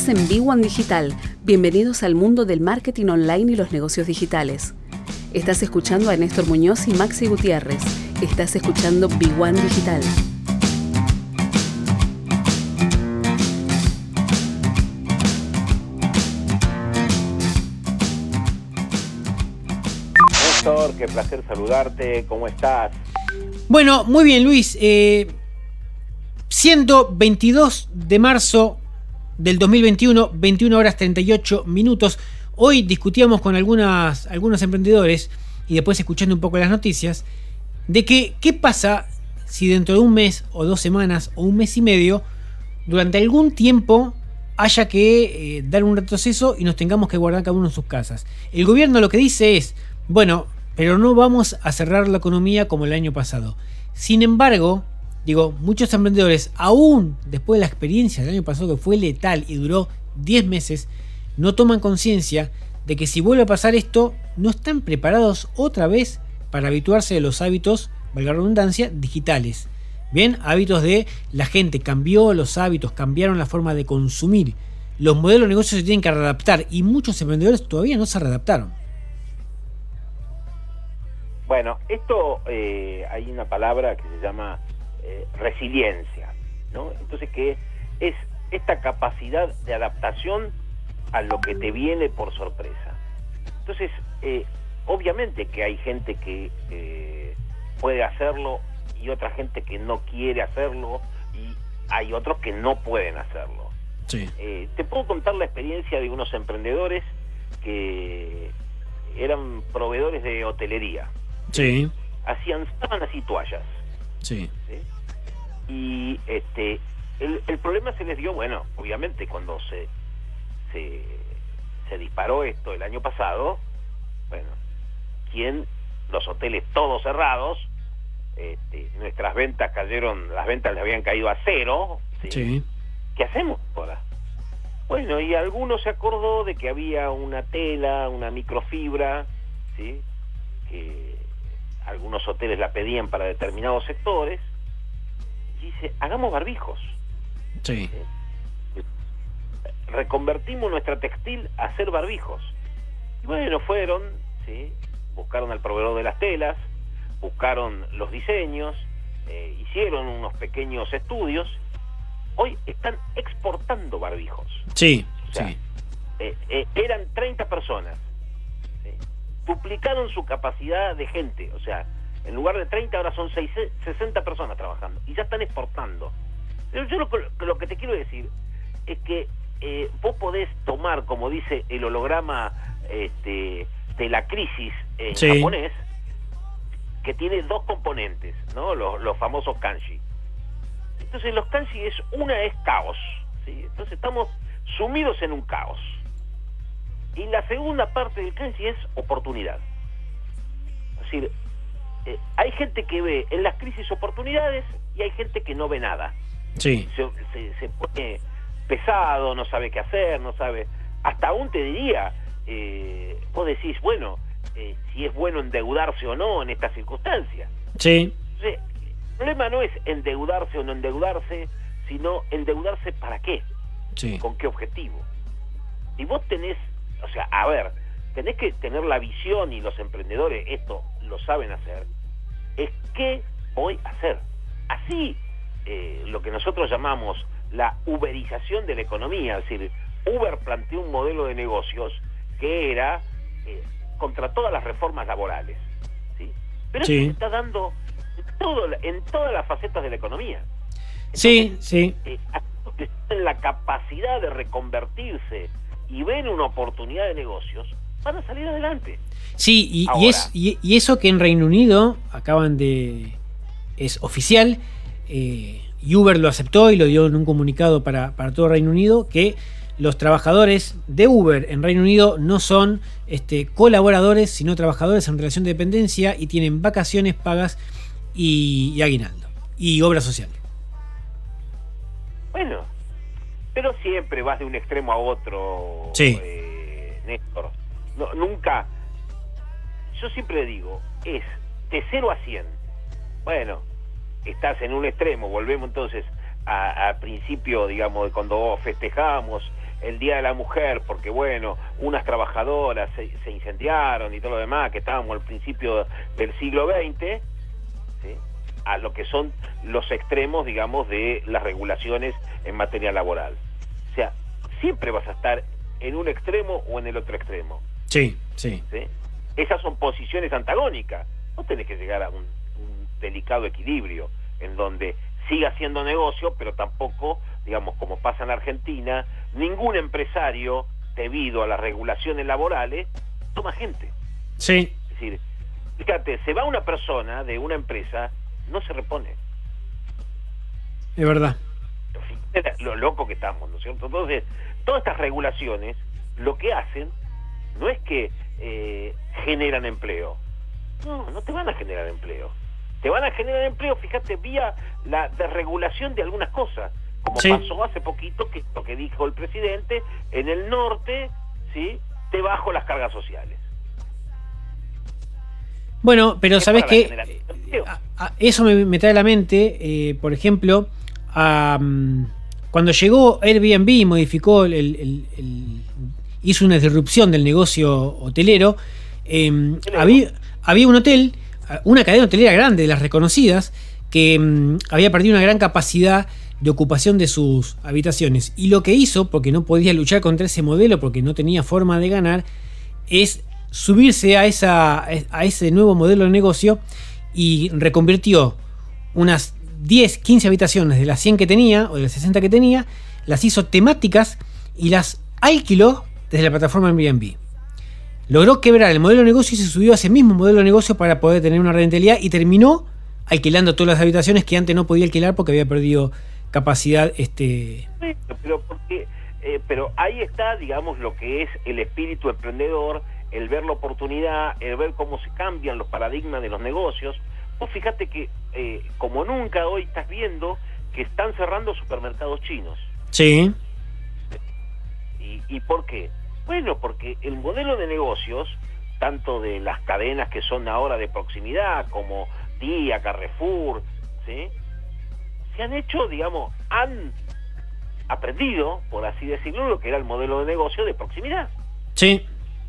Estás en B1 Digital. Bienvenidos al mundo del marketing online y los negocios digitales. Estás escuchando a Néstor Muñoz y Maxi Gutiérrez. Estás escuchando B1 Digital. Néstor, qué placer saludarte. ¿Cómo estás? Bueno, muy bien, Luis. Siendo 22 de marzo del 2021, 21 horas 38 minutos. Hoy discutíamos con algunos emprendedores y después escuchando un poco las noticias de que qué pasa si dentro de un mes o 2 semanas o un mes y medio, durante algún tiempo haya que dar un retroceso y nos tengamos que guardar cada uno en sus casas. El gobierno lo que dice es, bueno, pero no vamos a cerrar la economía como el año pasado. Sin embargo, muchos emprendedores, aún después de la experiencia del año pasado que fue letal y duró 10 meses, no toman conciencia de que si vuelve a pasar esto, no están preparados otra vez para habituarse de los hábitos, valga la redundancia, digitales. Bien, hábitos de la gente cambió los hábitos, cambiaron la forma de consumir. Los modelos de negocio se tienen que readaptar y muchos emprendedores todavía no se readaptaron. Bueno, esto hay una palabra que se llama resiliencia, ¿no? Entonces, que es esta capacidad de adaptación a lo que te viene por sorpresa. Entonces, obviamente que hay gente que puede hacerlo y otra gente que no quiere hacerlo y hay otros que no pueden hacerlo. Sí. Te puedo contar la experiencia de unos emprendedores que eran proveedores de hotelería. Sí. Hacían sábanas y toallas. Sí. ¿Sí? Y el problema se les dio, bueno, obviamente cuando se disparó esto el año pasado, bueno, los hoteles todos cerrados, nuestras ventas cayeron, las ventas les habían caído a cero, ¿sí? Sí. ¿Qué hacemos ahora? Bueno, y alguno se acordó de que había una tela, una microfibra, ¿sí? Que algunos hoteles la pedían para determinados sectores, y dice, hagamos barbijos. Sí. Reconvertimos nuestra textil a hacer barbijos. Y bueno, fueron, ¿sí? Buscaron al proveedor de las telas, buscaron los diseños, hicieron unos pequeños estudios. Hoy están exportando barbijos. Sí, o sea, sí. Eran 30 personas. ¿Sí? Duplicaron su capacidad de gente. O sea, en lugar de 30 ahora son 60 personas trabajando. Y ya están exportando. Pero yo lo que te quiero decir es que vos podés tomar, como dice el holograma de la crisis en japonés, que tiene dos componentes, ¿no? Los famosos kanji. Entonces los kanji una es caos, ¿sí? Entonces estamos sumidos en un caos. Y la segunda parte del kanji es oportunidad. Es decir, hay gente que ve en las crisis oportunidades y hay gente que no ve nada. Sí. Se pone pesado, no sabe qué hacer, no sabe. Hasta aún te diría, vos decís, bueno, si es bueno endeudarse o no en estas circunstancias. Sí. Entonces, el problema no es endeudarse o no endeudarse, sino endeudarse para qué, Sí. con qué objetivo. Y vos tenés, tenés que tener la visión, y los emprendedores esto lo saben hacer, es qué voy a hacer. Así, lo que nosotros llamamos la uberización de la economía, es decir, Uber planteó un modelo de negocios que era contra todas las reformas laborales, ¿sí? Pero eso se está dando en todas las facetas de la economía. Entonces, sí. Aquellos que tienen la capacidad de reconvertirse y ven una oportunidad de negocios, van a salir adelante. Sí, y eso que en Reino Unido es oficial, y Uber lo aceptó y lo dio en un comunicado para todo Reino Unido, que los trabajadores de Uber en Reino Unido no son colaboradores, sino trabajadores en relación de dependencia y tienen vacaciones pagas y aguinaldo y obra social. Bueno, pero siempre vas de un extremo a otro, sí. Néstor. No, nunca. Yo siempre digo, es de 0 a 100. Bueno, estás en un extremo. Volvemos entonces al principio, digamos, de cuando festejamos el Día de la Mujer, porque bueno, unas trabajadoras se incendiaron y todo lo demás, que estábamos al principio del siglo XX, ¿sí?, a lo que son los extremos, digamos, de las regulaciones en materia laboral. O sea, siempre vas a estar en un extremo o en el otro extremo. Sí, sí. ¿Sí? Esas son posiciones antagónicas. No tenés que llegar a un delicado equilibrio en donde siga siendo negocio, pero tampoco, digamos, como pasa en Argentina, ningún empresario, debido a las regulaciones laborales, toma gente. Sí. Es decir, fíjate, se va una persona de una empresa, no se repone. Es verdad. Fíjate lo loco que estamos, ¿no es cierto? Entonces, todas estas regulaciones lo que hacen no es que generan empleo. No te van a generar empleo. Te van a generar empleo, fíjate, vía la desregulación de algunas cosas, como sí, pasó hace poquito, que lo que dijo el presidente, en el norte, ¿sí?, te bajo las cargas sociales. Bueno, pero sabes que eso me trae a la mente, por ejemplo, cuando llegó Airbnb y modificó hizo una disrupción del negocio hotelero, había un hotel, una cadena hotelera grande, de las reconocidas, que había perdido una gran capacidad de ocupación de sus habitaciones. Y lo que hizo, porque no podía luchar contra ese modelo, porque no tenía forma de ganar, es subirse a ese nuevo modelo de negocio y reconvirtió unas 10, 15 habitaciones de las 100 que tenía, o de las 60 que tenía, las hizo temáticas y las alquiló desde la plataforma Airbnb. Logró quebrar el modelo de negocio y se subió a ese mismo modelo de negocio para poder tener una rentabilidad, y terminó alquilando todas las habitaciones que antes no podía alquilar porque había perdido capacidad. Pero ahí está, digamos, lo que es el espíritu emprendedor, el ver la oportunidad, el ver cómo se cambian los paradigmas de los negocios. Vos fíjate que como nunca hoy estás viendo que están cerrando supermercados chinos. Sí. ¿Y por qué? Bueno, porque el modelo de negocios, tanto de las cadenas que son ahora de proximidad, como Día, Carrefour, ¿sí?, se han hecho, digamos, han aprendido, por así decirlo, lo que era el modelo de negocio de proximidad. Sí.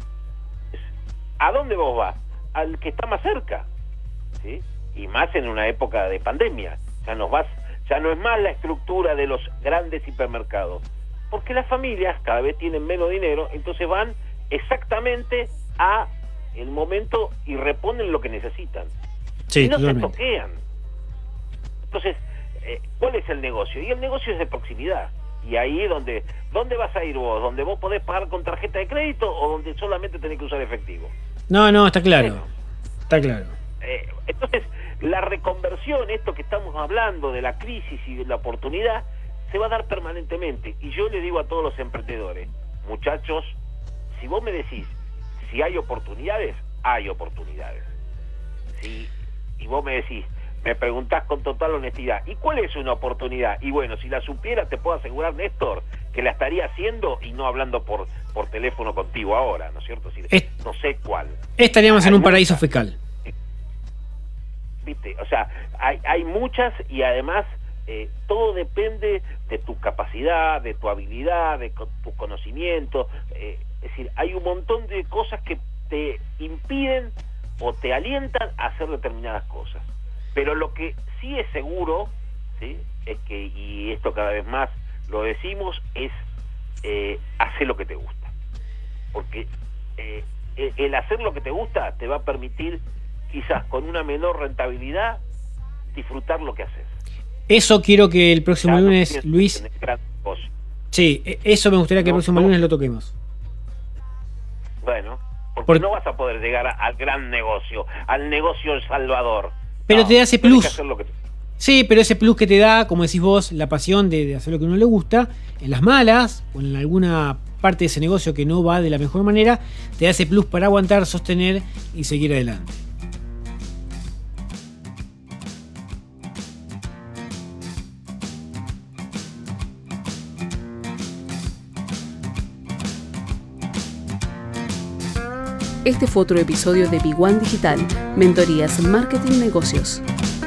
¿A dónde vos vas? Al que está más cerca, ¿sí? Y más en una época de pandemia. Ya no es más la estructura de los grandes hipermercados, porque las familias cada vez tienen menos dinero, entonces van exactamente a el momento y reponen lo que necesitan. Sí, y no totalmente. se toquean. Entonces, ¿cuál es el negocio? Y el negocio es de proximidad. Y ahí ¿dónde vas a ir vos? ¿Donde vos podés pagar con tarjeta de crédito o donde solamente tenés que usar efectivo? No, está claro. Bueno, está claro. Entonces, la reconversión, esto que estamos hablando de la crisis y de la oportunidad, se va a dar permanentemente. Y yo le digo a todos los emprendedores, muchachos, si vos me decís si hay oportunidades, hay oportunidades. Y vos me decís, me preguntás con total honestidad, ¿y cuál es una oportunidad? Y bueno, si la supiera, te puedo asegurar, Néstor, que la estaría haciendo y no hablando por teléfono contigo ahora, ¿no es cierto? No sé cuál. Estaríamos en un paraíso fiscal. ¿Viste? O sea, hay muchas, y además todo depende de tu capacidad, de tu habilidad, de tu conocimiento. Es decir, hay un montón de cosas que te impiden o te alientan a hacer determinadas cosas. Pero lo que sí es seguro, ¿sí?, es que, y esto cada vez más lo decimos, es hacer lo que te gusta. Porque el hacer lo que te gusta te va a permitir, quizás con una menor rentabilidad, disfrutar lo que haces. Eso quiero que el próximo lunes, Luis... Sí, eso me gustaría que el próximo lunes lo toquemos. Bueno, porque no vas a poder llegar al gran negocio, al negocio El Salvador. Pero te da ese plus. Lo que Sí, pero ese plus que te da, como decís vos, la pasión de hacer lo que a uno le gusta, en las malas o en alguna parte de ese negocio que no va de la mejor manera, te da ese plus para aguantar, sostener y seguir adelante. Este fue otro episodio de Big One Digital, Mentorías Marketing Negocios.